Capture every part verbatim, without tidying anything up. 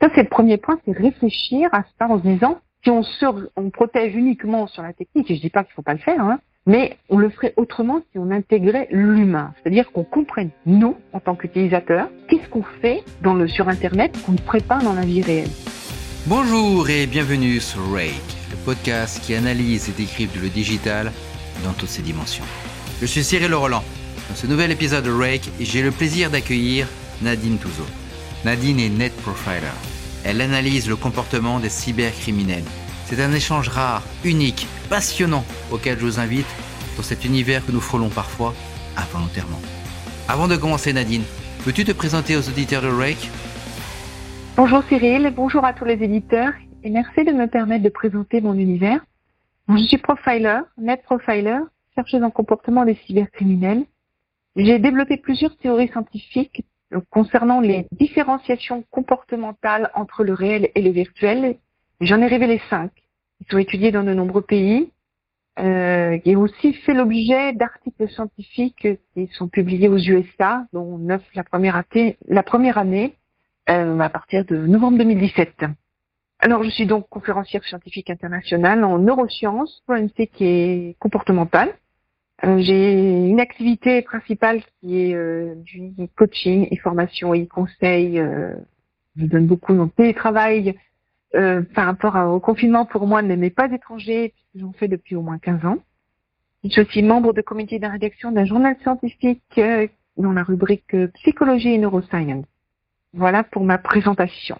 Ça, c'est le premier point, c'est réfléchir à ça en se disant, si on se, on protège uniquement sur la technique, et je dis pas qu'il faut pas le faire, hein, mais on le ferait autrement si on intégrait l'humain. C'est-à-dire qu'on comprenne, nous, en tant qu'utilisateurs, qu'est-ce qu'on fait dans le, sur Internet qu'on ne ferait pas dans la vie réelle. Bonjour et bienvenue sur Rake, le podcast qui analyse et décrypte le digital dans toutes ses dimensions. Je suis Cyril Roland. Dans ce nouvel épisode de Rake, j'ai le plaisir d'accueillir Nadine Touzeau. Nadine est Net Profiler. Elle analyse le comportement des cybercriminels. C'est un échange rare, unique, passionnant auquel je vous invite dans cet univers que nous frôlons parfois involontairement. Avant de commencer, Nadine, peux-tu te présenter aux auditeurs de Rake ? Bonjour Cyril, bonjour à tous les éditeurs et merci de me permettre de présenter mon univers. Je suis profiler, Net Profiler, chercheuse en comportement des cybercriminels. J'ai développé plusieurs théories scientifiques concernant les différenciations comportementales entre le réel et le virtuel. J'en ai révélé cinq, qui sont étudiés dans de nombreux pays, euh, et aussi fait l'objet d'articles scientifiques qui sont publiés aux U S A, dont neuf la première année, la première année euh, à partir de novembre deux mille dix-sept. Alors, je suis donc conférencière scientifique internationale en neurosciences, forensique et comportementale. Euh, j'ai une activité principale qui est euh, du coaching et formation et conseil. Euh, je donne beaucoup de télétravail euh, par rapport au confinement. Pour moi, ne m'est pas étranger puisque j'en fais depuis au moins quinze ans. Je suis aussi membre de comité de rédaction d'un journal scientifique euh, dans la rubrique euh, psychologie et neuroscience. Voilà pour ma présentation.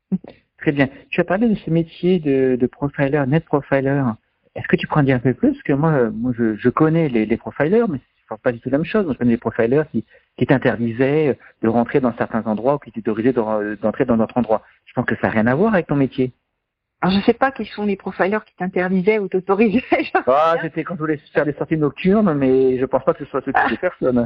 Très bien. Tu as parlé de ce métier de, de profiler, net profiler. Est-ce que tu peux en dire un peu plus? Parce que moi, moi je, je connais les, les profilers, mais c'est pas du tout la même chose. Je connais les profilers qui, qui t'interdisaient de rentrer dans certains endroits ou qui t'autorisaient d'entrer dans d'autres endroits. Je pense que ça n'a rien à voir avec ton métier. Alors, je sais pas qui sont les profilers qui t'interdisaient ou t'autorisaient. Ah, c'était quand je voulais faire des sorties nocturnes, mais je pense pas que ce soit ce type de personnes.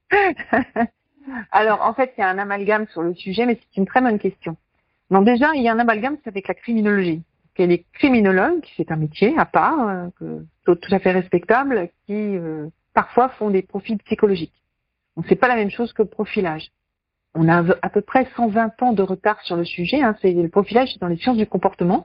Alors, en fait, il y a un amalgame sur le sujet, mais c'est une très bonne question. Donc déjà, il y a un amalgame, c'est avec la criminologie. Et les criminologues, c'est un métier à part, euh, que, tout à fait respectable, qui euh, parfois font des profils psychologiques. Donc c'est pas la même chose que le profilage. On a à peu près cent vingt ans de retard sur le sujet. Hein, c'est le profilage, c'est dans les sciences du comportement.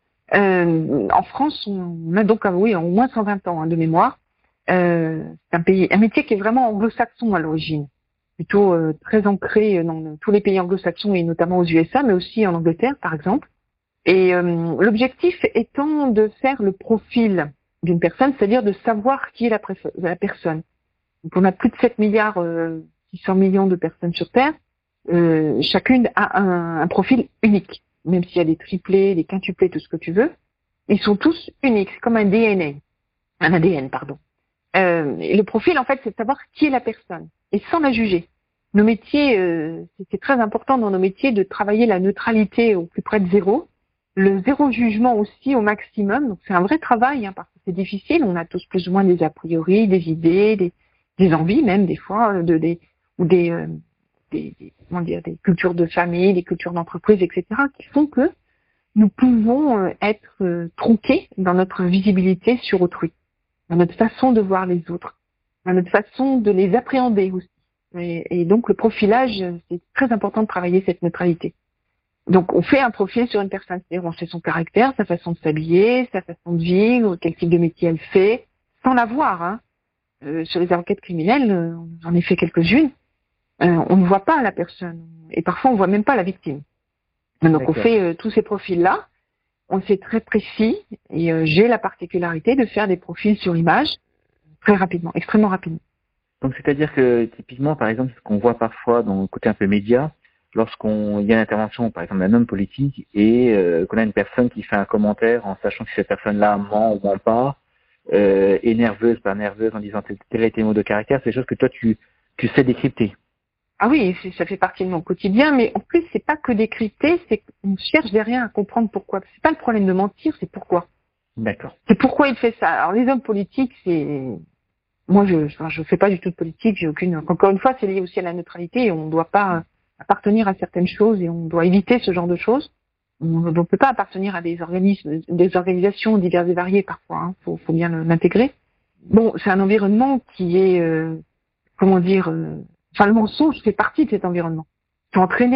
Euh, en France, on a donc, oui, au moins cent vingt ans hein, de mémoire. Euh, c'est un pays, un métier qui est vraiment anglo-saxon à l'origine, plutôt euh, très ancré dans tous les pays anglo-saxons et notamment aux U S A, mais aussi en Angleterre, par exemple. Et euh, l'objectif étant de faire le profil d'une personne, c'est-à-dire de savoir qui est la, préf- la personne. Donc on a plus de sept milliards euh, six cents millions de personnes sur Terre. Euh, chacune a un, un profil unique, même s'il y a des triplés, des quintuplés, tout ce que tu veux. Ils sont tous uniques, c'est comme un D N A, un A D N, pardon. Euh, et le profil, en fait, c'est de savoir qui est la personne et sans la juger. Nos métiers, euh, c'est très important dans nos métiers de travailler la neutralité au plus près de zéro. Le zéro jugement aussi au maximum, donc c'est un vrai travail hein, parce que c'est difficile. On a tous plus ou moins des a priori, des idées, des, des envies même des fois, de des ou des, euh, des, des comment dire, des cultures de famille, des cultures d'entreprise, et cetera, qui font que nous pouvons euh, être euh, tronqués dans notre visibilité sur autrui, dans notre façon de voir les autres, dans notre façon de les appréhender aussi. Et, et donc le profilage, c'est très important de travailler cette neutralité. Donc, on fait un profil sur une personne, c'est-à-dire on sait son caractère, sa façon de s'habiller, sa façon de vivre, quel type de métier elle fait, sans la voir. Hein. Euh, sur les enquêtes criminelles, euh, j'en ai fait quelques-unes, euh, on ne voit pas la personne. Et parfois, on ne voit même pas la victime. Donc, D'accord. on fait euh, tous ces profils-là, on fait très précis, et euh, j'ai la particularité de faire des profils sur image très rapidement, extrêmement rapidement. Donc, c'est-à-dire que, typiquement, par exemple, ce qu'on voit parfois dans le côté un peu média, lorsqu'on il y a une intervention, par exemple, d'un homme politique et euh, qu'on a une personne qui fait un commentaire en sachant que cette personne-là ment ou ment pas, euh, est nerveuse, pas nerveuse, en disant tel et tel mot de caractère, c'est des choses que toi, tu, tu sais décrypter. Ah oui, ça fait partie de mon quotidien, mais en plus, c'est pas que décrypter, c'est qu'on cherche derrière à comprendre pourquoi. C'est pas le problème de mentir, c'est pourquoi. D'accord. C'est pourquoi il fait ça. Alors, les hommes politiques, c'est... Moi, je enfin, je fais pas du tout de politique, j'ai aucune... Encore une fois, c'est lié aussi à la neutralité et on ne doit pas appartenir à certaines choses et on doit éviter ce genre de choses. On ne peut pas appartenir à des organismes, des organisations diverses et variées parfois, hein. Faut, faut bien l'intégrer. Bon, c'est un environnement qui est, euh, comment dire, euh, enfin le mensonge fait partie de cet environnement. C'est entraîné.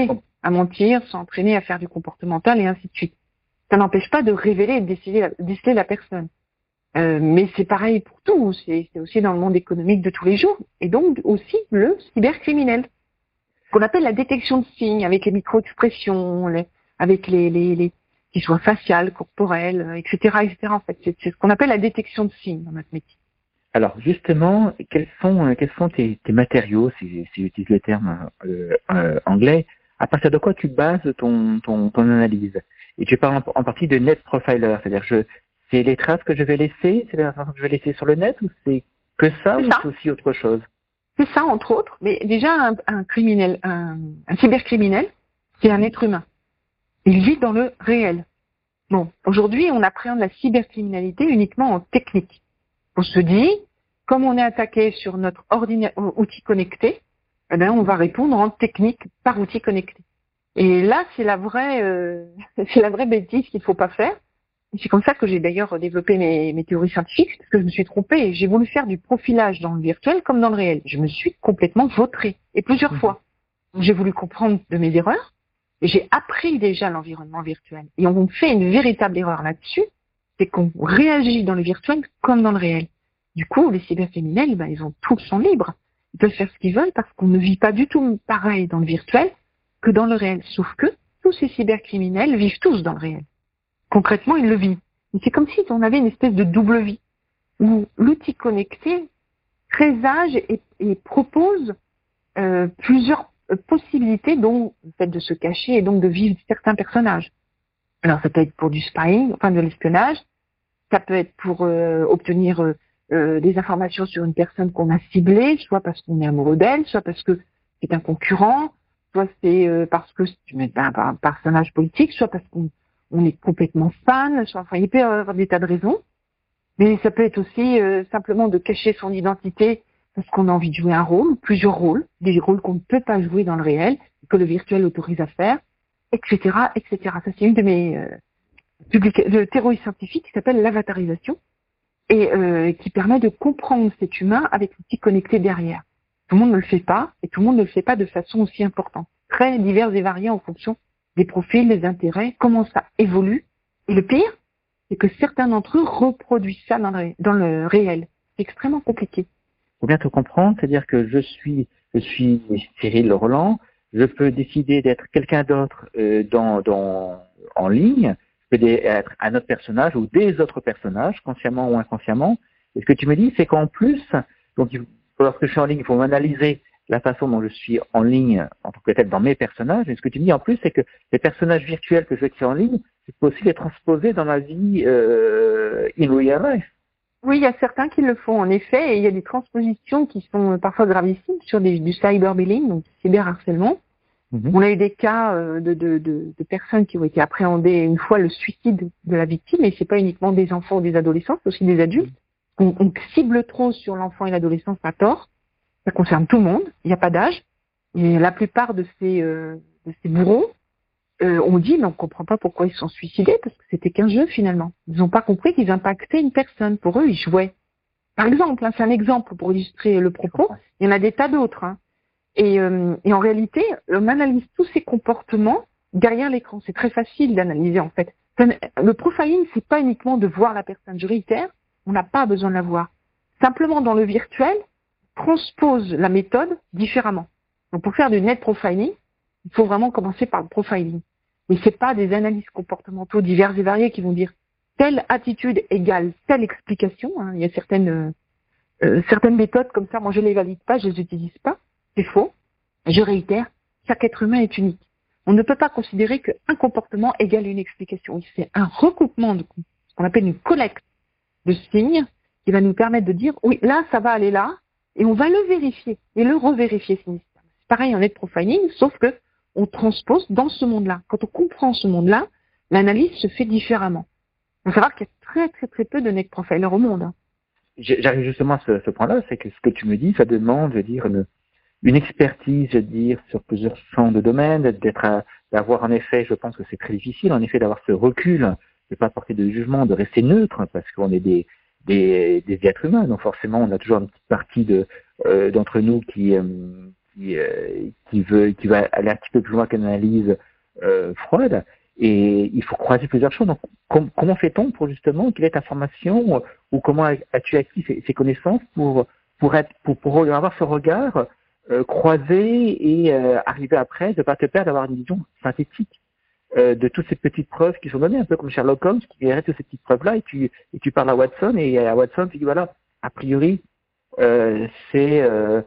à mentir, s'entraîner à faire du comportemental et ainsi de suite. Ça n'empêche pas de révéler et de déceler la, déceler la personne. Euh, mais c'est pareil pour tout, c'est, c'est aussi dans le monde économique de tous les jours, et donc aussi le cybercriminel, qu'on appelle la détection de signes, avec les micro-expressions, les, avec les, les, les, qu'ils soient faciales, corporelles, et cetera, et cetera. En fait, c'est, c'est ce qu'on appelle la détection de signes dans notre métier. Alors justement, quels sont quels sont tes, tes matériaux, si, si j'utilise le terme euh, euh, anglais, à partir de quoi tu bases ton ton, ton analyse? Et tu parles en, en partie de net profiler, c'est-à-dire je c'est les traces que je vais laisser, c'est les traces que je vais laisser sur le net, ou c'est que ça, c'est ou ça. c'est aussi autre chose? C'est ça, entre autres. Mais déjà, un, un criminel, un, un cybercriminel, c'est un être humain. Il vit dans le réel. Bon, aujourd'hui, on appréhende la cybercriminalité uniquement en technique. On se dit, comme on est attaqué sur notre ordina- outil connecté, eh bien, on va répondre en technique par outil connecté. Et là, c'est la vraie, euh, c'est la vraie bêtise qu'il ne faut pas faire. Et c'est comme ça que j'ai d'ailleurs développé mes, mes théories scientifiques, parce que je me suis trompée et j'ai voulu faire du profilage dans le virtuel comme dans le réel. Je me suis complètement vautrée, et plusieurs mmh. fois. J'ai voulu comprendre de mes erreurs, et j'ai appris déjà l'environnement virtuel. Et on fait une véritable erreur là-dessus, c'est qu'on réagit dans le virtuel comme dans le réel. Du coup, les cybercriminels, ben, ils ont tout le champ libre. Ils peuvent faire ce qu'ils veulent parce qu'on ne vit pas du tout pareil dans le virtuel que dans le réel. Sauf que tous ces cybercriminels vivent tous dans le réel. Concrètement, ils le vivent. Et c'est comme si on avait une espèce de double vie, où l'outil connecté présage et, et propose euh, plusieurs possibilités, dont le fait de se cacher et donc de vivre certains personnages. Alors ça peut être pour du spying, enfin de l'espionnage, ça peut être pour euh, obtenir euh, euh, des informations sur une personne qu'on a ciblée, soit parce qu'on est amoureux d'elle, soit parce que c'est un concurrent, soit c'est euh, parce que c'est un, un personnage politique, soit parce qu'on on est complètement fan, soit, enfin il peut y avoir des tas de raisons, mais ça peut être aussi euh, simplement de cacher son identité parce qu'on a envie de jouer un rôle, plusieurs rôles, des rôles qu'on ne peut pas jouer dans le réel, que le virtuel autorise à faire, et cetera, et cetera. Ça, c'est une de mes euh, publica- de théories scientifiques qui s'appelle l'avatarisation et euh, qui permet de comprendre cet humain avec l'outil connecté derrière. Tout le monde ne le fait pas, et tout le monde ne le fait pas de façon aussi importante. Très divers et variés en fonction des profils, des intérêts, comment ça évolue. Et le pire, c'est que certains d'entre eux reproduisent ça dans le, dans le réel. C'est extrêmement compliqué. Il faut bien te comprendre, c'est-à-dire que je suis, je suis Cyril Roland, je peux décider d'être quelqu'un d'autre euh, dans, dans, en ligne, je peux être un autre personnage ou des autres personnages, consciemment ou inconsciemment. Et ce que tu me dis, c'est qu'en plus, donc lorsque je suis en ligne, il faut m'analyser la façon dont je suis en ligne en tant que tel dans mes personnages. Et ce que tu me dis en plus, c'est que les personnages virtuels que je crée en ligne, je peux aussi les transposer dans ma vie euh, in real life. Oui, il y a certains qui le font en effet, et il y a des transpositions qui sont parfois gravissimes sur des, du cyberbullying, donc du cyberharcèlement. Mm-hmm. On a eu des cas euh, de, de, de, de personnes qui ont été appréhendées une fois le suicide de la victime, et c'est pas uniquement des enfants ou des adolescents, c'est aussi des adultes. On, on cible trop sur l'enfant et l'adolescence à tort. Ça concerne tout le monde, il n'y a pas d'âge. Et la plupart de ces, euh, de ces bourreaux euh, ont dit, mais on ne comprend pas pourquoi ils sont suicidés, parce que c'était qu'un jeu finalement. Ils n'ont pas compris qu'ils impactaient une personne. Pour eux, ils jouaient. Par exemple, hein, c'est un exemple pour illustrer le propos. Il y en a des tas d'autres. Hein. Et, euh, et en réalité, on analyse tous ces comportements derrière l'écran. C'est très facile d'analyser en fait. Le profiling, c'est pas uniquement de voir la personne. Je réitère, on n'a pas besoin de la voir. Simplement dans le virtuel, transpose la méthode différemment. Donc pour faire du net profiling, il faut vraiment commencer par le profiling. Mais c'est pas des analyses comportementaux divers et variés qui vont dire telle attitude égale telle explication. Hein. Il y a certaines euh, certaines méthodes comme ça, moi je les valide pas, je les utilise pas. C'est faux. Je réitère, chaque être humain est unique. On ne peut pas considérer qu'un comportement égale une explication. C'est un recoupement de ce qu'on appelle une collecte de signes qui va nous permettre de dire oui, là ça va aller là. Et on va le vérifier et le revérifier. C'est pareil en net profiling, sauf que on transpose dans ce monde-là. Quand on comprend ce monde-là, l'analyse se fait différemment. Il faut savoir qu'il y a très très très peu de net profilers au monde. Hein. J'arrive justement à ce, ce point-là, c'est que ce que tu me dis, ça demande, je veux dire, une, une expertise, je veux dire, sur plusieurs champs de domaine, d'être, à, d'avoir en effet, je pense que c'est très difficile, en effet, d'avoir ce recul, de ne pas porter de jugement, de rester neutre, parce qu'on est des Des, des êtres humains, donc forcément on a toujours une petite partie de euh, d'entre nous qui, euh, qui, euh, qui veut, qui va aller un petit peu plus loin qu'une analyse euh, Freud. Et il faut croiser plusieurs choses. Donc, com- comment fait-on pour justement, quelle est ta formation ou comment as-tu acquis ces, ces connaissances pour pour être pour, pour avoir ce regard euh, croisé et euh, arriver après de pas te perdre, d'avoir une vision synthétique euh, de toutes ces petites preuves qui sont données, un peu comme Sherlock Holmes qui verrait toutes ces petites preuves-là et tu et tu parles à Watson et à Watson tu dis voilà, a priori euh, c'est euh,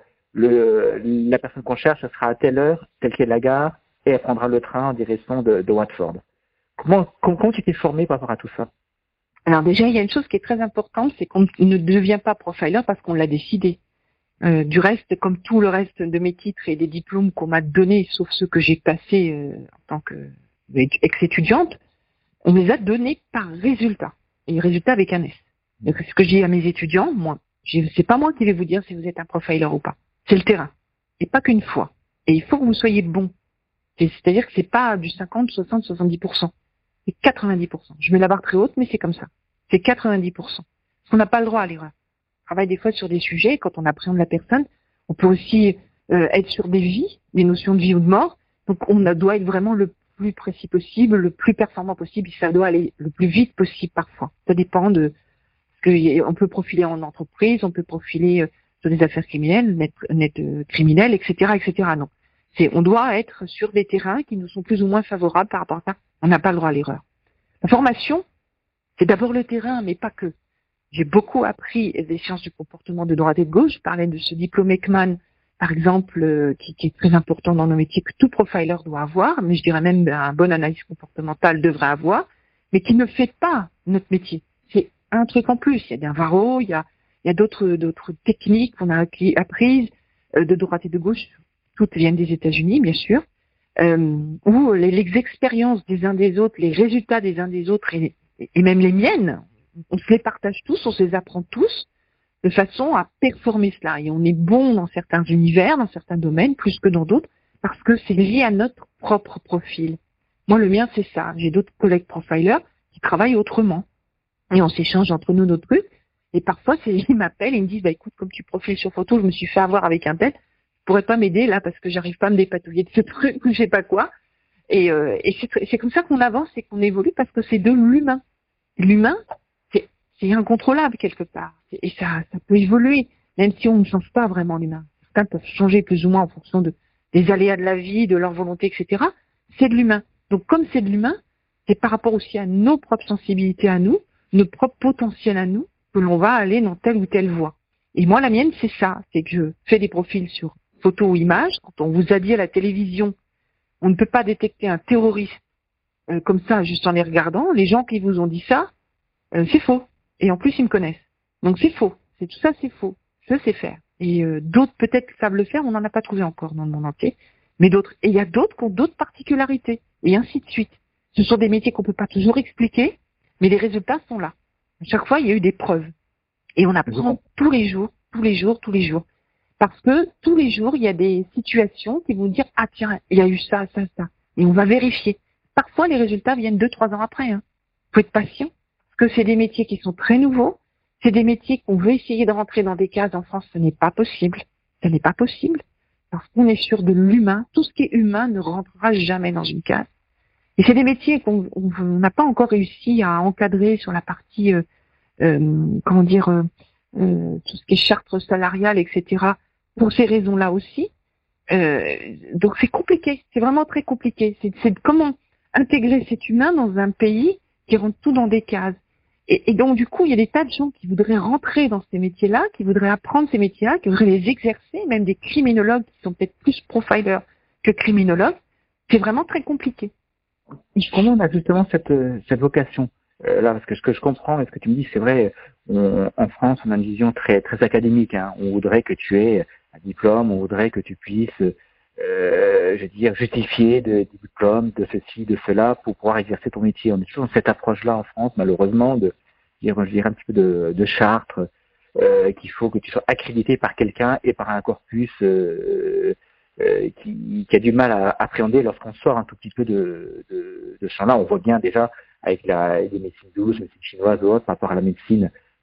le la personne qu'on cherche, ce sera à telle heure, telle qu'est la gare, et elle prendra le train en direction de, de Watford. Comment, comment tu t'es formé par rapport à tout ça? Alors déjà, il y a une chose qui est très importante, c'est qu'on ne devient pas profiler parce qu'on l'a décidé. Euh, du reste, comme tout le reste de mes titres et des diplômes qu'on m'a donnés, sauf ceux que j'ai passés euh, en tant qu'ex-étudiante, on les a donnés par résultat. Et résultat avec un S. Donc, ce que je dis à mes étudiants, moi, c'est pas moi qui vais vous dire si vous êtes un profiler ou pas. C'est le terrain. Et pas qu'une fois. Et il faut que vous soyez bon. C'est-à-dire que c'est pas du cinquante, soixante, soixante-dix pour cent. C'est quatre-vingt-dix pour cent. Je mets la barre très haute, mais c'est comme ça. C'est quatre-vingt-dix pour cent. Parce qu'on n'a pas le droit à l'erreur. On travaille des fois sur des sujets, quand on appréhende la personne, on peut aussi euh, être sur des vies, des notions de vie ou de mort. Donc on a, doit être vraiment le plus précis possible, le plus performant possible, et ça doit aller le plus vite possible parfois. Ça dépend de... Parce que on peut profiler en entreprise, on peut profiler euh, sur des affaires criminelles, net, net euh, criminelles, et cetera, et cetera. Non. C'est, on doit être sur des terrains qui nous sont plus ou moins favorables par rapport à ça. On n'a pas le droit à l'erreur. La formation, c'est d'abord le terrain, mais pas que. J'ai beaucoup appris des sciences du comportement de droite et de gauche. Je parlais de ce diplôme Ekman, par exemple, euh, qui, qui est très important dans nos métiers, que tout profiler doit avoir, mais je dirais même un bon analyse comportementale devrait avoir, mais qui ne fait pas notre métier. C'est un truc en plus. Il y a des varros, il y a, il y a d'autres, d'autres techniques qu'on a acquis, apprises euh, de droite et de gauche. Toutes viennent des États-Unis, bien sûr, euh, où les, les expériences des uns des autres, les résultats des uns des autres, et, et même les miennes, on se les partage tous, on se les apprend tous, de façon à performer cela. Et on est bon dans certains univers, dans certains domaines, plus que dans d'autres, parce que c'est lié à notre propre profil. Moi, le mien, c'est ça. J'ai d'autres collègues profilers qui travaillent autrement. Et on s'échange entre nous nos trucs. Et parfois, c'est, ils m'appellent et ils me disent, bah écoute, comme tu profiles sur photo, je me suis fait avoir avec un tel, pourrais pas m'aider là parce que j'arrive pas à me dépatouiller de ce truc ou je sais pas quoi. Et, euh, et c'est, c'est comme ça qu'on avance et qu'on évolue parce que c'est de l'humain. L'humain, c'est, c'est incontrôlable quelque part. Et ça, ça peut évoluer, même si on ne change pas vraiment l'humain. Certains peuvent changer plus ou moins en fonction de, des aléas de la vie, de leur volonté, et cetera. C'est de l'humain. Donc comme c'est de l'humain, c'est par rapport aussi à nos propres sensibilités à nous, nos propres potentiels à nous, que l'on va aller dans telle ou telle voie. Et moi, la mienne, c'est ça. C'est que je fais des profils sur photo ou image. Quand on vous a dit à la télévision, on ne peut pas détecter un terroriste euh, comme ça, juste en les regardant. Les gens qui vous ont dit ça, euh, c'est faux. Et en plus, ils me connaissent. Donc c'est faux. C'est tout ça, c'est faux. Je sais faire. Et euh, d'autres peut-être savent le faire, on n'en a pas trouvé encore dans le monde entier. Mais d'autres. Et il y a d'autres qui ont d'autres particularités. Et ainsi de suite. Ce sont des métiers qu'on peut pas toujours expliquer, mais les résultats sont là. À chaque fois, il y a eu des preuves. Et on apprend tous les jours, tous les jours, tous les jours. Parce que tous les jours, il y a des situations qui vont dire « Ah tiens, il y a eu ça, ça, ça ». Et on va vérifier. Parfois, les résultats viennent deux, trois ans après. Hein. Faut être patient. Parce que c'est des métiers qui sont très nouveaux. C'est des métiers qu'on veut essayer de rentrer dans des cases. En France, ce n'est pas possible. Ce n'est pas possible. Parce qu'on est sur de l'humain. Tout ce qui est humain ne rentrera jamais dans une case. Et c'est des métiers qu'on n'a pas encore réussi à encadrer sur la partie, euh, euh, comment dire, euh, euh, tout ce qui est charte salariale, et cetera, pour ces raisons-là aussi. Euh, donc c'est compliqué, c'est vraiment très compliqué. C'est, c'est comment intégrer cet humain dans un pays qui rentre tout dans des cases. Et, et donc du coup, il y a des tas de gens qui voudraient rentrer dans ces métiers-là, qui voudraient apprendre ces métiers-là, qui voudraient les exercer, même des criminologues qui sont peut-être plus profilers que criminologues. C'est vraiment très compliqué. Comment on a justement cette, cette vocation euh, là, parce que ce que je comprends et ce que tu me dis, c'est vrai, on, en France, on a une vision très, très académique. Hein. On voudrait que tu aies un diplôme, on voudrait que tu puisses, euh, je veux dire, justifier de, des diplômes, de ceci, de cela, pour pouvoir exercer ton métier. On est toujours dans cette approche-là en France, malheureusement, de dire, je dirais un petit peu de, de charte, euh, qu'il faut que tu sois accrédité par quelqu'un et par un corpus euh, euh, qui, qui a du mal à appréhender lorsqu'on sort un tout petit peu de, de, de ce champ-là. On voit bien déjà avec la, les médecines douces, médecine chinoise ou autres, par rapport à la médecine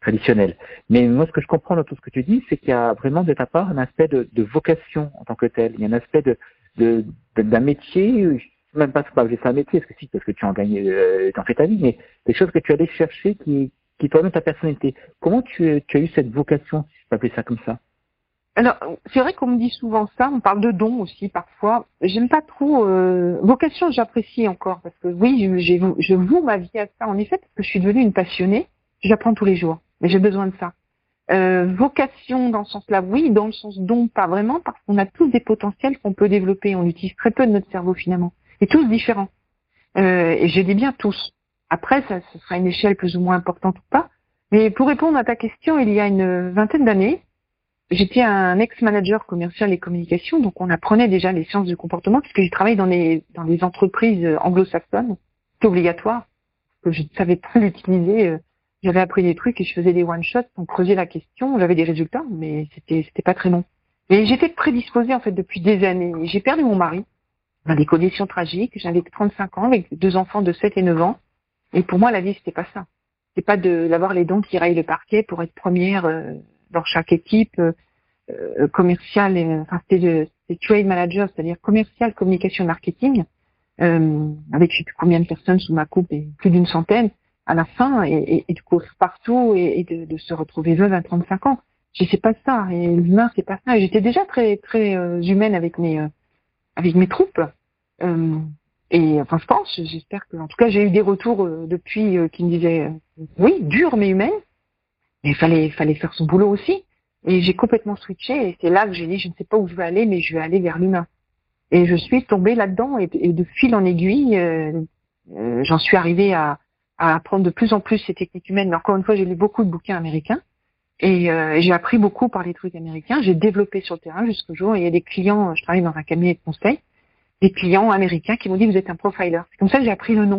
traditionnelle. Mais moi, ce que je comprends dans tout ce que tu dis, c'est qu'il y a vraiment de ta part un aspect de, de vocation en tant que tel. Il y a un aspect de, de, de d'un métier, je sais même pas si pas appeler ça un métier, parce que si, parce que tu en gagnes, euh, tu en fais ta vie, mais des choses que tu allais chercher qui, qui toi-même ta personnalité. Comment tu, tu as eu cette vocation, si je peux appeler ça comme ça? Alors, c'est vrai qu'on me dit souvent ça, on parle de dons aussi parfois. J'aime pas trop. Euh, vocation, j'apprécie encore, parce que oui, je, j'ai, je voue ma vie à ça, en effet, parce que je suis devenue une passionnée. J'apprends tous les jours, mais j'ai besoin de ça. Euh, vocation dans ce sens-là, oui, dans le sens don, pas vraiment, parce qu'on a tous des potentiels qu'on peut développer. On utilise très peu de notre cerveau finalement, et tous différents. Euh, et je dis bien tous. Après, ça, ce sera une échelle plus ou moins importante ou pas. Mais pour répondre à ta question, il y a une vingtaine d'années, j'étais un ex-manager commercial et communication, donc on apprenait déjà les sciences du comportement, puisque j'ai travaillé dans des dans des entreprises anglo-saxonnes, c'est obligatoire, que je ne savais pas l'utiliser. J'avais appris des trucs et je faisais des one-shots, on creusait la question, j'avais des résultats, mais c'était c'était pas très bon. Et j'étais prédisposée en fait depuis des années. J'ai perdu mon mari dans des conditions tragiques. J'avais trente-cinq ans avec deux enfants de sept et neuf ans. Et pour moi, la vie, c'était pas ça. C'était pas de d'avoir les dents qui rayent le parquet pour être première euh, dans chaque équipe euh, commerciale. Et, enfin, c'était, c'était trade manager, c'est-à-dire commercial, communication, marketing, euh, avec je sais plus combien de personnes sous ma coupe et plus d'une centaine à la fin, et, et, et de courir partout et, et de, de se retrouver veuve à trente-cinq ans. Je sais pas ça. Et l'humain, c'est pas ça. Et j'étais déjà très très euh, humaine avec mes euh, avec mes troupes. Euh, et enfin, je pense, j'espère que, en tout cas, j'ai eu des retours euh, depuis euh, qui me disaient, euh, oui, dur mais humaine, mais il fallait, fallait faire son boulot aussi. Et j'ai complètement switché, et c'est là que j'ai dit, je ne sais pas où je vais aller, mais je vais aller vers l'humain. Et je suis tombée là-dedans, et, et de fil en aiguille, euh, euh, j'en suis arrivée à, à apprendre de plus en plus ces techniques humaines. Mais encore une fois, j'ai lu beaucoup de bouquins américains, et, euh, et j'ai appris beaucoup par les trucs américains. J'ai développé sur le terrain jusqu'au jour, et il y a des clients, je travaille dans un cabinet de conseil, des clients américains qui m'ont dit vous êtes un profiler. C'est comme ça que j'ai appris le nom.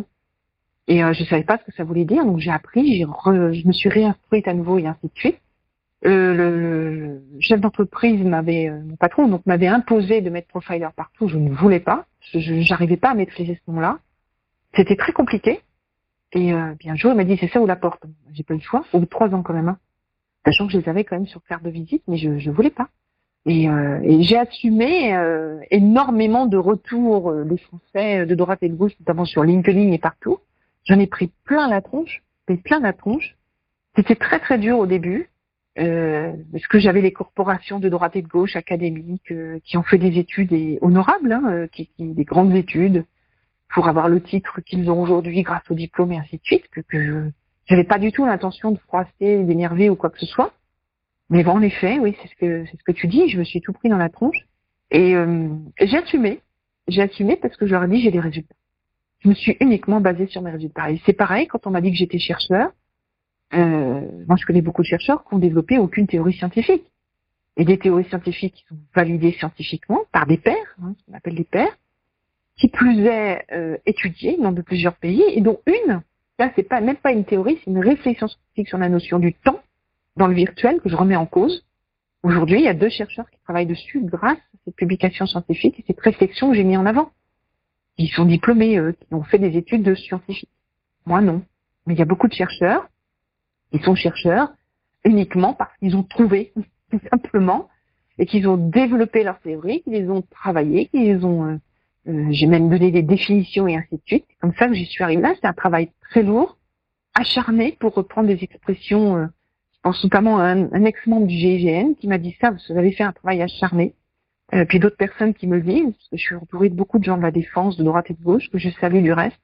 Et euh, je savais pas ce que ça voulait dire, donc j'ai appris, j'ai re, je me suis réinstruite à nouveau et ainsi de suite. Euh, le, le chef d'entreprise m'avait, euh, mon patron, donc m'avait imposé de mettre profiler partout. Je ne voulais pas, je, je j'arrivais pas à maîtriser ce nom-là. C'était très compliqué. Et euh, bien un jour, il m'a dit c'est ça ou la porte. J'ai pas eu le choix. Au bout de trois ans quand même, hein. Sachant que je les avais quand même sur carte de visite, mais je je voulais pas. Et, euh, et j'ai assumé euh, énormément de retours euh, des Français de droite et de gauche, notamment sur LinkedIn et partout. J'en ai pris plein la tronche, mais plein la tronche. C'était très très dur au début, euh, parce que j'avais les corporations de droite et de gauche académiques euh, qui ont fait des études et honorables, hein, euh, qui, qui des grandes études pour avoir le titre qu'ils ont aujourd'hui grâce au diplôme et ainsi de suite. Que, que je j'avais pas du tout l'intention de froisser, d'énerver ou quoi que ce soit. Mais bon, en effet, oui, c'est ce que c'est ce que tu dis. Je me suis tout pris dans la tronche et euh, j'ai assumé. J'ai assumé parce que je leur ai dit j'ai des résultats. Je me suis uniquement basée sur mes résultats. Et c'est pareil quand on m'a dit que j'étais chercheur. Euh, moi, je connais beaucoup de chercheurs qui ont développé aucune théorie scientifique et des théories scientifiques qui sont validées scientifiquement par des pairs, hein, ce qu'on appelle des pairs, qui plus est euh, étudiées dans de plusieurs pays et dont une, là, c'est pas même pas une théorie, c'est une réflexion scientifique sur la notion du temps dans le virtuel que je remets en cause. Aujourd'hui, il y a deux chercheurs qui travaillent dessus grâce à cette publication scientifique et cette réflexion que j'ai mis en avant. Ils sont diplômés, eux, qui ont fait des études de scientifiques. Moi, non. Mais il y a beaucoup de chercheurs qui sont chercheurs uniquement parce qu'ils ont trouvé, tout simplement, et qu'ils ont développé leurs théories, qu'ils les ont travaillées, qu'ils les ont... Euh, euh, j'ai même donné des définitions et ainsi de suite. C'est comme ça que j'y suis arrivée là. C'est un travail très lourd, acharné, pour reprendre des expressions... Euh, Je pense notamment à un, un ex-membre du G I G N qui m'a dit ça, vous avez fait un travail acharné. Euh, puis d'autres personnes qui me le disent, parce que je suis entourée de beaucoup de gens de la défense, de droite et de gauche, que je salue du reste.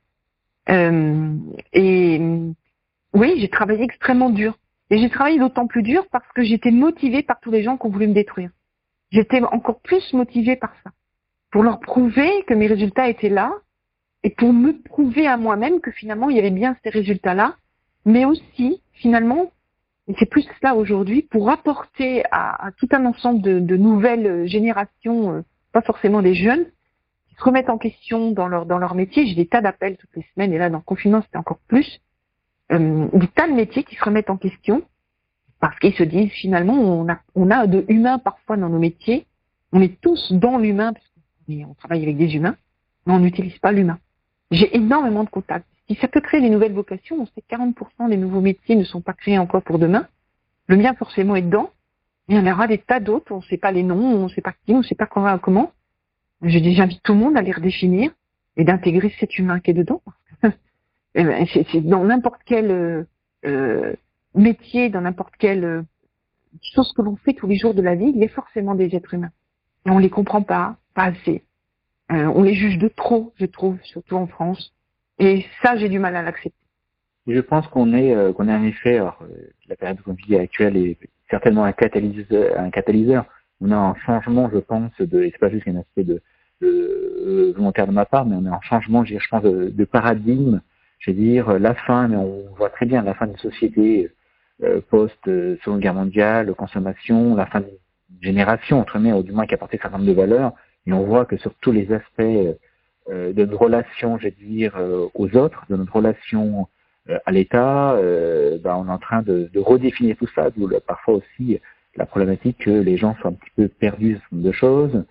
Euh, et oui, j'ai travaillé extrêmement dur. Et j'ai travaillé d'autant plus dur parce que j'étais motivée par tous les gens qui ont voulu me détruire. J'étais encore plus motivée par ça. Pour leur prouver que mes résultats étaient là, et pour me prouver à moi-même que finalement il y avait bien ces résultats-là, mais aussi, finalement, et c'est plus cela aujourd'hui, pour apporter à, à tout un ensemble de, de nouvelles générations, euh, pas forcément des jeunes, qui se remettent en question dans leur dans leur métier. J'ai des tas d'appels toutes les semaines, et là, dans le confinement, c'était encore plus. Euh, des tas de métiers qui se remettent en question, parce qu'ils se disent, finalement, on a, on a de humains parfois dans nos métiers. On est tous dans l'humain, parce qu'on travaille avec des humains, mais on n'utilise pas l'humain. J'ai énormément de contacts Si ça peut créer des nouvelles vocations, on sait que quarante pour cent des nouveaux métiers ne sont pas créés encore pour demain. Le mien, forcément, est dedans. Il y en aura des tas d'autres, on ne sait pas les noms, on ne sait pas qui, on ne sait pas comment. comment. Je dis, j'invite tout le monde à les redéfinir et d'intégrer cet humain qui est dedans. c'est, c'est dans n'importe quel euh, euh, métier, dans n'importe quelle euh, chose que l'on fait tous les jours de la vie, il y a forcément des êtres humains. Et on les comprend pas, pas assez. Euh, on les juge de trop, je trouve, surtout en France. Et ça, j'ai du mal à l'accepter. Je pense qu'on est, euh, qu'on est en effet, alors, euh, la période qu'on vit actuelle est certainement un catalyseur, un catalyseur. On a un changement, je pense, de, et c'est pas juste un aspect de, de volontaire de ma part, mais on a un changement, je pense, de, de paradigme. Je veux dire, la fin, mais on voit très bien la fin d'une société euh, post-Seconde Guerre mondiale, consommation, la fin d'une génération, entre guillemets, ou du moins qui a porté un certain nombre de valeurs. Et on voit que sur tous les aspects euh, de notre relation, je veux dire, euh, aux autres, de notre relation euh, à l'État, euh, ben, on est en train de, de redéfinir tout ça, d'où parfois aussi la problématique que les gens soient un petit peu perdus sur de choses,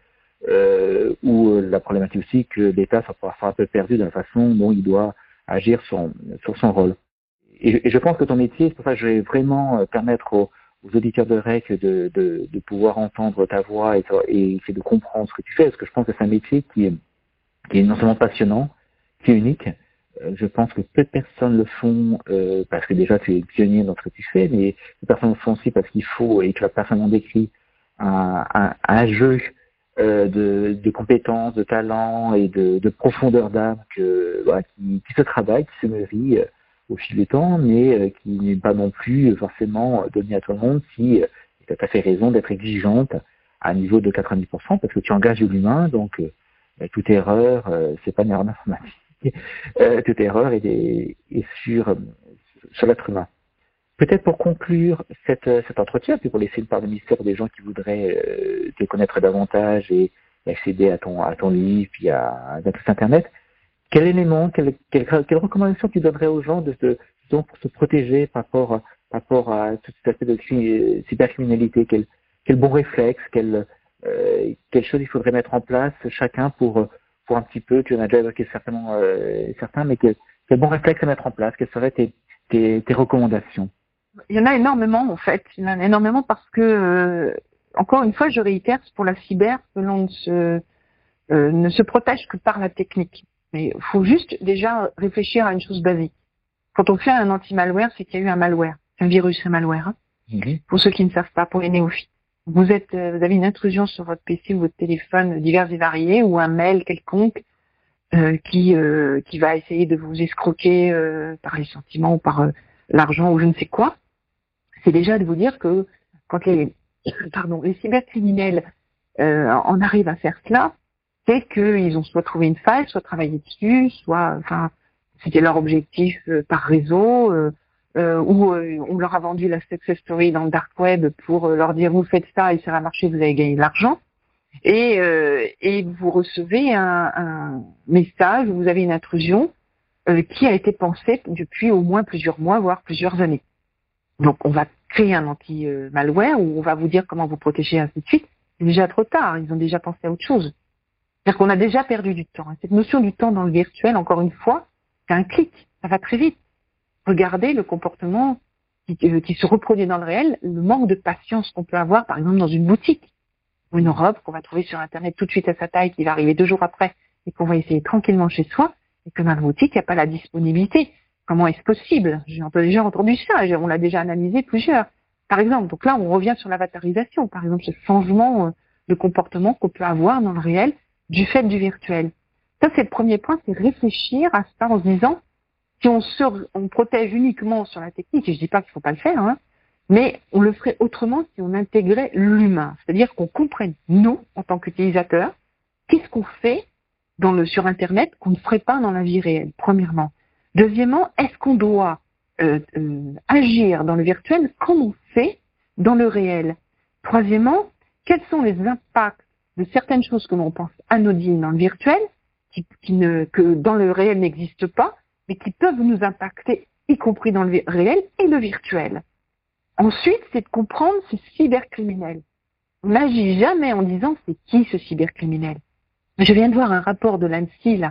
euh, ou la problématique aussi que l'État soit parfois un peu perdu dans la façon dont il doit agir sur, sur son rôle. Et, et je pense que ton métier, c'est pour ça que je vais vraiment permettre aux, aux auditeurs de R E C de, de, de pouvoir entendre ta voix et, et essayer de comprendre ce que tu fais, parce que je pense que c'est un métier qui est, qui est non seulement passionnant, qui est unique. Euh, je pense que peu de personnes le font euh, parce que déjà tu es pionnier dans ce que tu fais, mais peu de personnes le font aussi parce qu'il faut, et tu as parfaitement décrit, un, un, un jeu euh, de, de compétences, de talents et de, de profondeur d'âme que, voilà, qui, qui se travaille, qui se mûrit euh, au fil du temps, mais euh, qui n'est pas non plus forcément donné à tout le monde si euh, tu as tout à fait raison d'être exigeante à un niveau de quatre-vingt-dix pour cent parce que tu engages de l'humain, donc euh, toute erreur, euh, c'est pas une erreur informatique. Euh, toute erreur est, est, est sur, euh, sur l'être humain. Peut-être pour conclure cette, cet entretien, puis pour laisser une part de mystère des gens qui voudraient euh, te connaître davantage et, et accéder à ton, à ton livre, puis à, à tout Internet, quel élément, quelle, quelle, quelle recommandation tu donnerais aux gens de, de, de, pour se protéger par rapport, par rapport à tout cet aspect de cybercriminalité, quel, quel bon réflexe, quel, euh, quelle chose il faudrait mettre en place chacun pour pour un petit peu, tu en as déjà évoqué certainement euh, certains, mais quel, quel bon réflexe à mettre en place, quelles seraient tes, tes, tes recommandations? Il y en a énormément en fait, il y en a énormément parce que, euh, encore une fois, je réitère, pour la cyber, que l'on ne se, euh, ne se protège que par la technique. Mais il faut juste déjà réfléchir à une chose basique. Quand on fait un anti-malware, c'est qu'il y a eu un malware, un virus, un malware, hein, mm-hmm. Pour ceux qui ne savent pas, pour les néophytes. Vous êtes, vous avez une intrusion sur votre P C ou votre téléphone divers et variés, ou un mail quelconque euh, qui euh, qui va essayer de vous escroquer euh, par les sentiments ou par euh, l'argent ou je ne sais quoi. C'est déjà de vous dire que quand les pardon les cybercriminels euh, en arrivent à faire cela, c'est qu'ils ont soit trouvé une faille, soit travaillé dessus, soit enfin c'était leur objectif euh, par réseau. Euh, Euh, où euh, on leur a vendu la success story dans le dark web pour euh, leur dire vous faites ça et ça va marcher, vous allez gagner de l'argent, et, euh, et vous recevez un, un message où vous avez une intrusion euh, qui a été pensée depuis au moins plusieurs mois, voire plusieurs années. Donc on va créer un anti-malware où on va vous dire comment vous protéger, ainsi de suite. C'est déjà trop tard, ils ont déjà pensé à autre chose. C'est-à-dire qu'on a déjà perdu du temps. Cette notion du temps dans le virtuel, encore une fois, c'est un clic, ça va très vite. Regardez le comportement qui, euh, qui se reproduit dans le réel, le manque de patience qu'on peut avoir, par exemple, dans une boutique ou une robe qu'on va trouver sur Internet tout de suite à sa taille, qui va arriver deux jours après et qu'on va essayer tranquillement chez soi, et que dans la boutique, il n'y a pas la disponibilité. Comment est-ce possible? J'ai déjà entendu ça, on l'a déjà analysé plusieurs. Par exemple, donc là, on revient sur l'avatarisation, par exemple, ce changement de comportement qu'on peut avoir dans le réel du fait du virtuel. Ça, c'est le premier point, c'est réfléchir à ça en se disant, si on se, on protège uniquement sur la technique, et je dis pas qu'il faut pas le faire, hein, mais on le ferait autrement si on intégrait l'humain. C'est-à-dire qu'on comprenne, nous, en tant qu'utilisateurs, qu'est-ce qu'on fait dans le, sur Internet qu'on ne ferait pas dans la vie réelle, premièrement. Deuxièmement, est-ce qu'on doit euh, euh, agir dans le virtuel comme on fait dans le réel? Troisièmement, quels sont les impacts de certaines choses que l'on pense anodines dans le virtuel, qui, qui ne, que dans le réel n'existent pas, mais qui peuvent nous impacter, y compris dans le réel et le virtuel. Ensuite, c'est de comprendre ces cybercriminels. On n'agit jamais en disant c'est qui ce cybercriminel. Je viens de voir un rapport de l'ANSSI là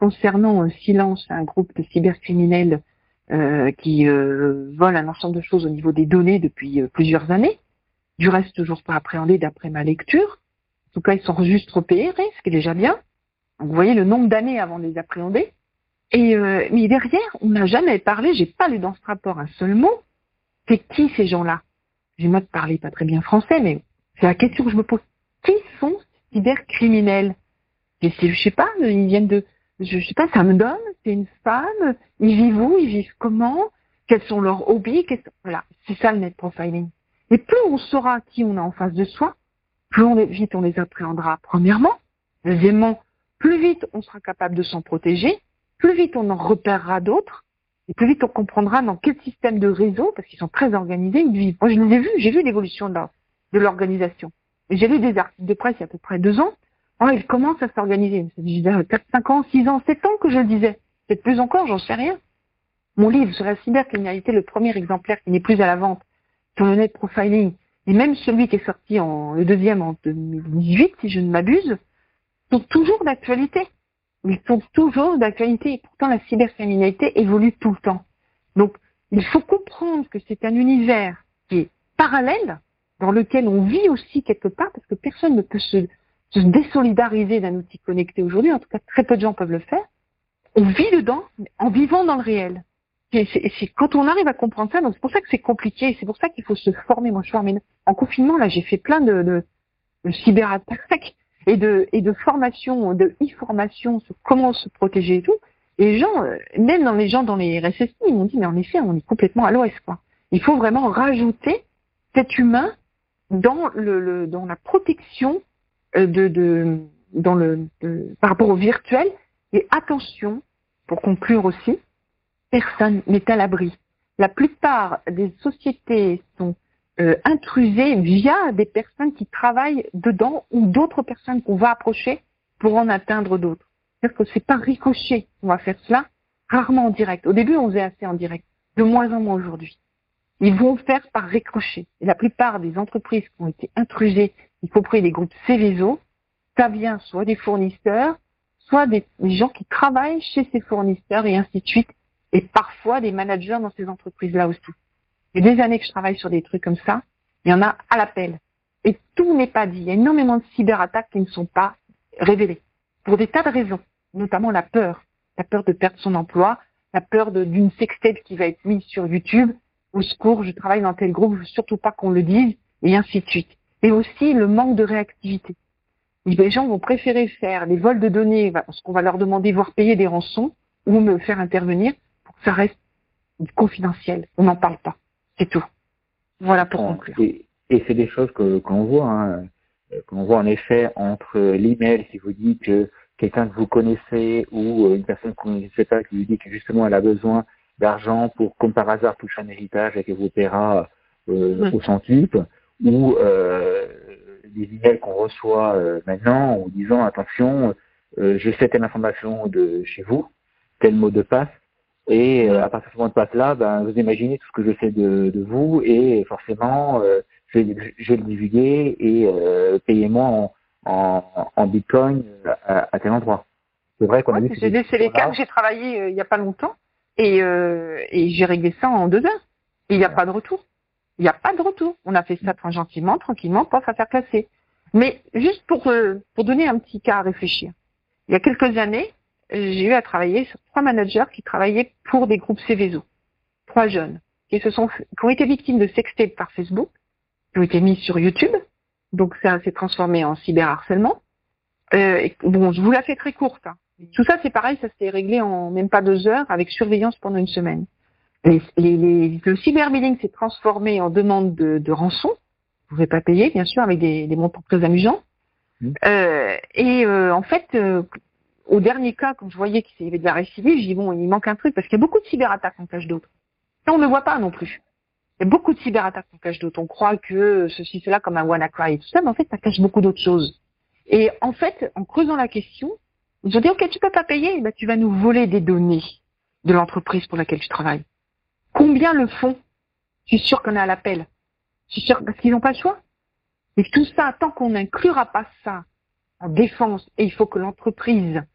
concernant euh, Silence, un groupe de cybercriminels euh, qui euh, vole un ensemble de choses au niveau des données depuis euh, plusieurs années, du reste toujours pas appréhendé d'après ma lecture. En tout cas, ils sont juste repérés, ce qui est déjà bien. Donc, vous voyez le nombre d'années avant de les appréhender. Et euh, mais derrière, on n'a jamais parlé, j'ai pas lu dans ce rapport un seul mot. C'est qui ces gens-là? J'ai moi de parler pas très bien français, mais c'est la question que je me pose. Qui sont ces cybercriminels? Je sais pas, ils viennent de, je sais pas, ça me donne, c'est une femme, ils vivent où, ils vivent comment, quels sont leurs hobbies, voilà, c'est ça le net profiling. Et plus on saura qui on a en face de soi, plus on, vite on les appréhendra, premièrement. Deuxièmement, plus vite on sera capable de s'en protéger, plus vite on en repérera d'autres, et plus vite on comprendra dans quel système de réseau, parce qu'ils sont très organisés, ils vivent. Moi je les ai vus, j'ai vu l'évolution de, de l'organisation. Et j'ai lu des articles de presse il y a à peu près deux ans. Oh, ils commencent à s'organiser. Ça fait quatre, cinq ans, six ans, sept ans que je le disais. Peut-être plus encore, j'en sais rien. Mon livre sur la cybercriminalité, le premier exemplaire qui n'est plus à la vente, sur le net profiling, et même celui qui est sorti en, le deuxième en deux mille dix-huit, si je ne m'abuse, sont toujours d'actualité. Ils sont toujours d'actualité et pourtant la cybercriminalité évolue tout le temps. Donc, il faut comprendre que c'est un univers qui est parallèle, dans lequel on vit aussi quelque part, parce que personne ne peut se, se désolidariser d'un outil connecté aujourd'hui. En tout cas, très peu de gens peuvent le faire. On vit dedans, en vivant dans le réel. Et c'est, c'est quand on arrive à comprendre ça, donc c'est pour ça que c'est compliqué, c'est pour ça qu'il faut se former. Moi, je suis formée. En confinement, là, j'ai fait plein de, de, de cyberattaques et de, et de formation, de e-formation sur comment se protéger et tout. Et les gens, même dans les gens dans les R S S I, ils m'ont dit, mais en effet, on est complètement à l'ouest, quoi. Il faut vraiment rajouter cet humain dans le, le dans la protection de, de dans le de, par rapport au virtuel. Et attention, pour conclure aussi, personne n'est à l'abri. La plupart des sociétés sont euh, intrusées via des personnes qui travaillent dedans ou d'autres personnes qu'on va approcher pour en atteindre d'autres. C'est-à-dire que c'est pas ricochet qu'on va faire cela, rarement en direct. Au début, on faisait assez en direct, de moins en moins aujourd'hui. Ils vont faire par ricochet. Et la plupart des entreprises qui ont été intrusées, y compris les groupes Céveso, ça vient soit des fournisseurs, soit des, des gens qui travaillent chez ces fournisseurs et ainsi de suite, et parfois des managers dans ces entreprises-là aussi. Il y a des années que je travaille sur des trucs comme ça, il y en a à l'appel. Et tout n'est pas dit. Il y a énormément de cyberattaques qui ne sont pas révélées, pour des tas de raisons, notamment la peur. La peur de perdre son emploi, la peur de, d'une sextape qui va être mise sur YouTube, au secours, je travaille dans tel groupe, je veux surtout pas qu'on le dise, et ainsi de suite. Et aussi le manque de réactivité. Les gens vont préférer faire des vols de données, parce qu'on va leur demander, voire payer des rançons, ou me faire intervenir, pour que ça reste confidentiel. On n'en parle pas. C'est tout. Voilà pour bon, conclure. Et, et c'est des choses que, qu'on voit, hein, qu'on voit en effet entre l'email, si vous dites que quelqu'un que vous connaissez ou une personne que vous ne connaissez pas qui vous dit que justement elle a besoin d'argent pour, comme par hasard, toucher un héritage et qu'elle vous paiera euh, mmh. au centuple, ou euh, des emails qu'on reçoit euh, maintenant en disant attention, euh, je sais telle information de chez vous, tel mot de passe, et euh, à partir de ce mot de passe-là, ben, vous imaginez tout ce que je sais de, de vous, et forcément, euh, je, je vais le divulguer et euh, payez-moi en, en, en bitcoin à, à tel endroit. C'est vrai qu'on ouais, a vu c'est, c'est, c'est les cas que j'ai travaillé euh, il n'y a pas longtemps, et, euh, et j'ai réglé ça en deux heures. Et il n'y a ouais. pas de retour. Il n'y a pas de retour. On a fait ça très gentiment, tranquillement, pas à faire classer. Mais juste pour, euh, pour donner un petit cas à réfléchir. Il y a quelques années, j'ai eu à travailler sur trois managers qui travaillaient pour des groupes Céveso. Trois jeunes qui se sont, qui ont été victimes de sextape par Facebook, qui ont été mis sur YouTube. Donc ça s'est transformé en cyberharcèlement. Euh, et, bon, je vous la fais très courte. Hein. Tout ça, c'est pareil, ça s'est réglé en même pas deux heures avec surveillance pendant une semaine. Les, les, les, le cyberbullying s'est transformé en demande de, de rançon. Vous ne pouvez pas payer, bien sûr, avec des, des montants très amusants. Mmh. Euh, et euh, en fait, euh, au dernier cas, quand je voyais qu'il y avait de la récidive, j'ai dit bon, il manque un truc parce qu'il y a beaucoup de cyberattaques en cache d'autres. Et on ne le voit pas non plus. Il y a beaucoup de cyberattaques en cache d'autres. On croit que ceci, cela, comme un WannaCry et tout ça, mais en fait, ça cache beaucoup d'autres choses. Et en fait, en creusant la question, ils ont dit ok, tu peux pas payer, ben, tu vas nous voler des données de l'entreprise pour laquelle tu travailles. Combien le font? Je suis sûr qu'on est à l'appel. Je suis sûr parce qu'ils n'ont pas le choix. Et tout ça, tant qu'on n'inclura pas ça en défense, et il faut que l'entreprise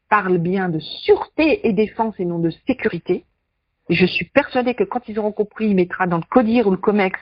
parlent bien de sûreté et défense et non de sécurité. Et je suis persuadée que quand ils auront compris, il mettra dans le CODIR ou le COMEX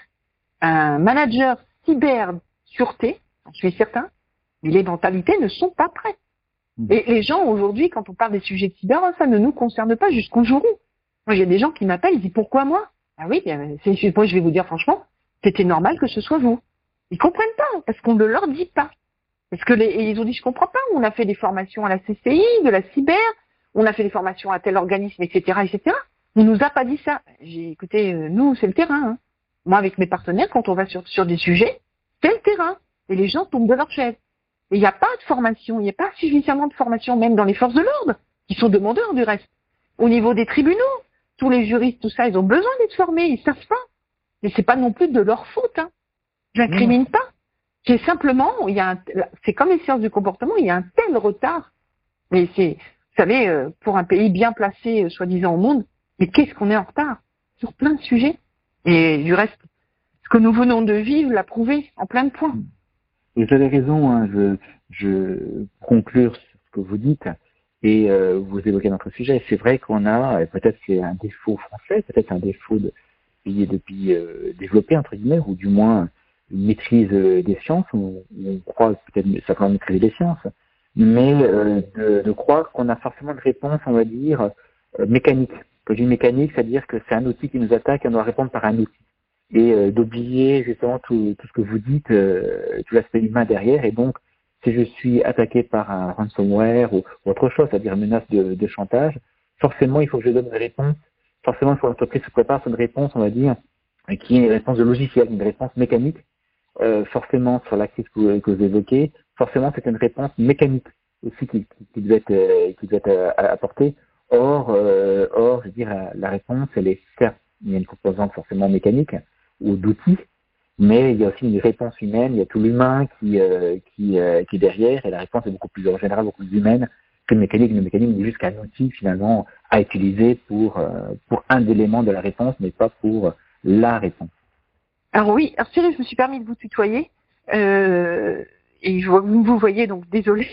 un manager cyber-sûreté, j'en suis certain, mais les mentalités ne sont pas prêtes. Et les gens, aujourd'hui, quand on parle des sujets de cyber, ça ne nous concerne pas jusqu'au jour où. Moi, il y a des gens qui m'appellent, ils disent « Pourquoi moi ?» Ah oui, c'est, moi je vais vous dire franchement, c'était normal que ce soit vous. Ils comprennent pas, parce qu'on ne leur dit pas. Parce que les, et ils ont dit « Je comprends pas, on a fait des formations à la C C I, de la cyber, on a fait des formations à tel organisme, et cetera, et cetera. On nous a pas dit ça. » J'ai écoutez, euh, nous, c'est le terrain. Hein. Moi, avec mes partenaires, quand on va sur, sur des sujets, c'est le terrain. Et les gens tombent de leur chaise. Et il n'y a pas de formation, il n'y a pas suffisamment de formation, même dans les forces de l'ordre, qui sont demandeurs du reste. Au niveau des tribunaux, tous les juristes, tout ça, ils ont besoin d'être formés, ils savent pas. Mais c'est pas non plus de leur faute. Hein. J'incrimine pas. C'est simplement, il y a un, c'est comme les sciences du comportement, il y a un tel retard. Mais c'est, vous savez, euh, pour un pays bien placé, euh, soi-disant au monde, mais qu'est-ce qu'on est en retard sur plein de sujets. Et du reste, ce que nous venons de vivre l'a prouvé en plein de points. Vous avez raison, hein, je, je conclure sur ce que vous dites et euh, vous évoquez notre sujet. C'est vrai qu'on a, peut-être c'est un défaut français, peut-être un défaut de pays depuis euh, développé entre guillemets, ou du moins une maîtrise des sciences, où, où on croit peut-être simplement maîtriser les sciences, mais euh, de, de croire qu'on a forcément de réponse, on va dire, euh, mécanique. Quand je dis mécanique, c'est-à-dire que c'est un outil qui nous attaque et on doit répondre par un outil. Et euh, d'oublier justement tout, tout ce que vous dites, euh, tout l'aspect humain derrière. Et donc, si je suis attaqué par un ransomware ou, ou autre chose, c'est-à-dire une menace de, de chantage, forcément, il faut que je donne une réponse. Forcément, il faut que l'entreprise se prépare sur une réponse, on va dire, qui est une réponse de logiciel, une réponse mécanique. Euh, forcément, sur la crise que, que vous évoquez, forcément, c'est une réponse mécanique aussi qui, qui, qui doit être, euh, qui doit être euh, apportée. Or, euh, or, je veux dire, la, la réponse, elle est certes, il y a une composante forcément mécanique ou d'outils, mais il y a aussi une réponse humaine, il y a tout l'humain qui, euh, qui, euh, qui est derrière, et la réponse est beaucoup plus, en général, beaucoup plus humaine que le mécanique. Le mécanique n'est juste qu'un outil, finalement, à utiliser pour, euh, pour un élément de la réponse, mais pas pour la réponse. Alors oui, alors Cyril, je me suis permis de vous tutoyer, euh, et je vois que vous vous voyez, donc désolé.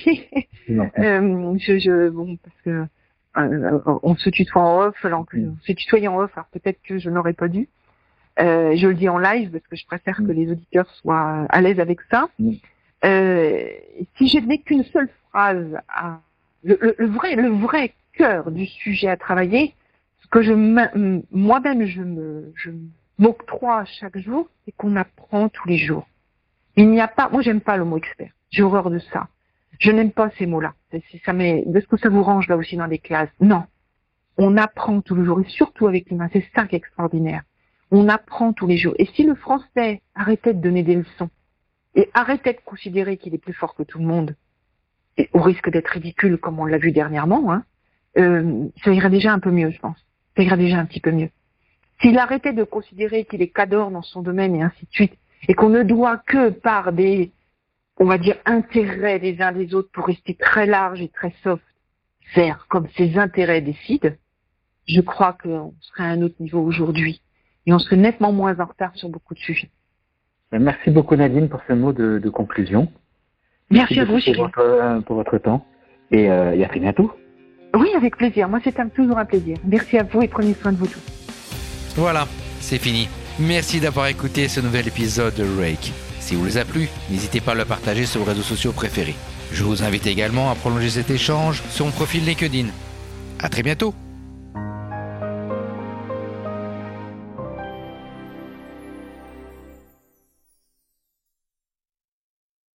euh, je, je, bon, parce que euh, on se tutoie en off, alors que on s'est tutoyé en off, alors peut-être que je n'aurais pas dû. Euh, je le dis en live parce que je préfère mmh. que les auditeurs soient à l'aise avec ça. Mmh. Euh, si je n'ai qu'une seule phrase, à, le, le, le vrai, le vrai cœur du sujet à travailler, ce que je moi-même je me, je m'octroie chaque jour, c'est qu'on apprend tous les jours. Il n'y a pas, moi j'aime pas le mot expert, j'ai horreur de ça. Je n'aime pas ces mots-là. C'est, ça m'est, est-ce que ça vous range là aussi dans les classes? Non. On apprend tous les jours et surtout avec l'humain. C'est ça qui est extraordinaire. On apprend tous les jours. Et si le français arrêtait de donner des leçons et arrêtait de considérer qu'il est plus fort que tout le monde, et au risque d'être ridicule comme on l'a vu dernièrement, hein, euh, ça irait déjà un peu mieux, je pense. Ça irait déjà un petit peu mieux. S'il arrêtait de considérer qu'il est cador dans son domaine et ainsi de suite, et qu'on ne doit que par des, on va dire, intérêts des uns des autres pour rester très large et très soft, faire comme ses intérêts décident, je crois qu'on serait à un autre niveau aujourd'hui. Et on serait nettement moins en retard sur beaucoup de sujets. Merci beaucoup Nadine pour ce mot de, de conclusion. Merci, Merci à vous pour votre, pour votre temps et, euh, et à très bientôt. Oui, avec plaisir. Moi, c'est un, toujours un plaisir. Merci à vous et prenez soin de vous tous. Voilà, c'est fini. Merci d'avoir écouté ce nouvel épisode de Rake. Si vous vous a plu, n'hésitez pas à le partager sur vos réseaux sociaux préférés. Je vous invite également à prolonger cet échange sur mon profil LinkedIn. À très bientôt.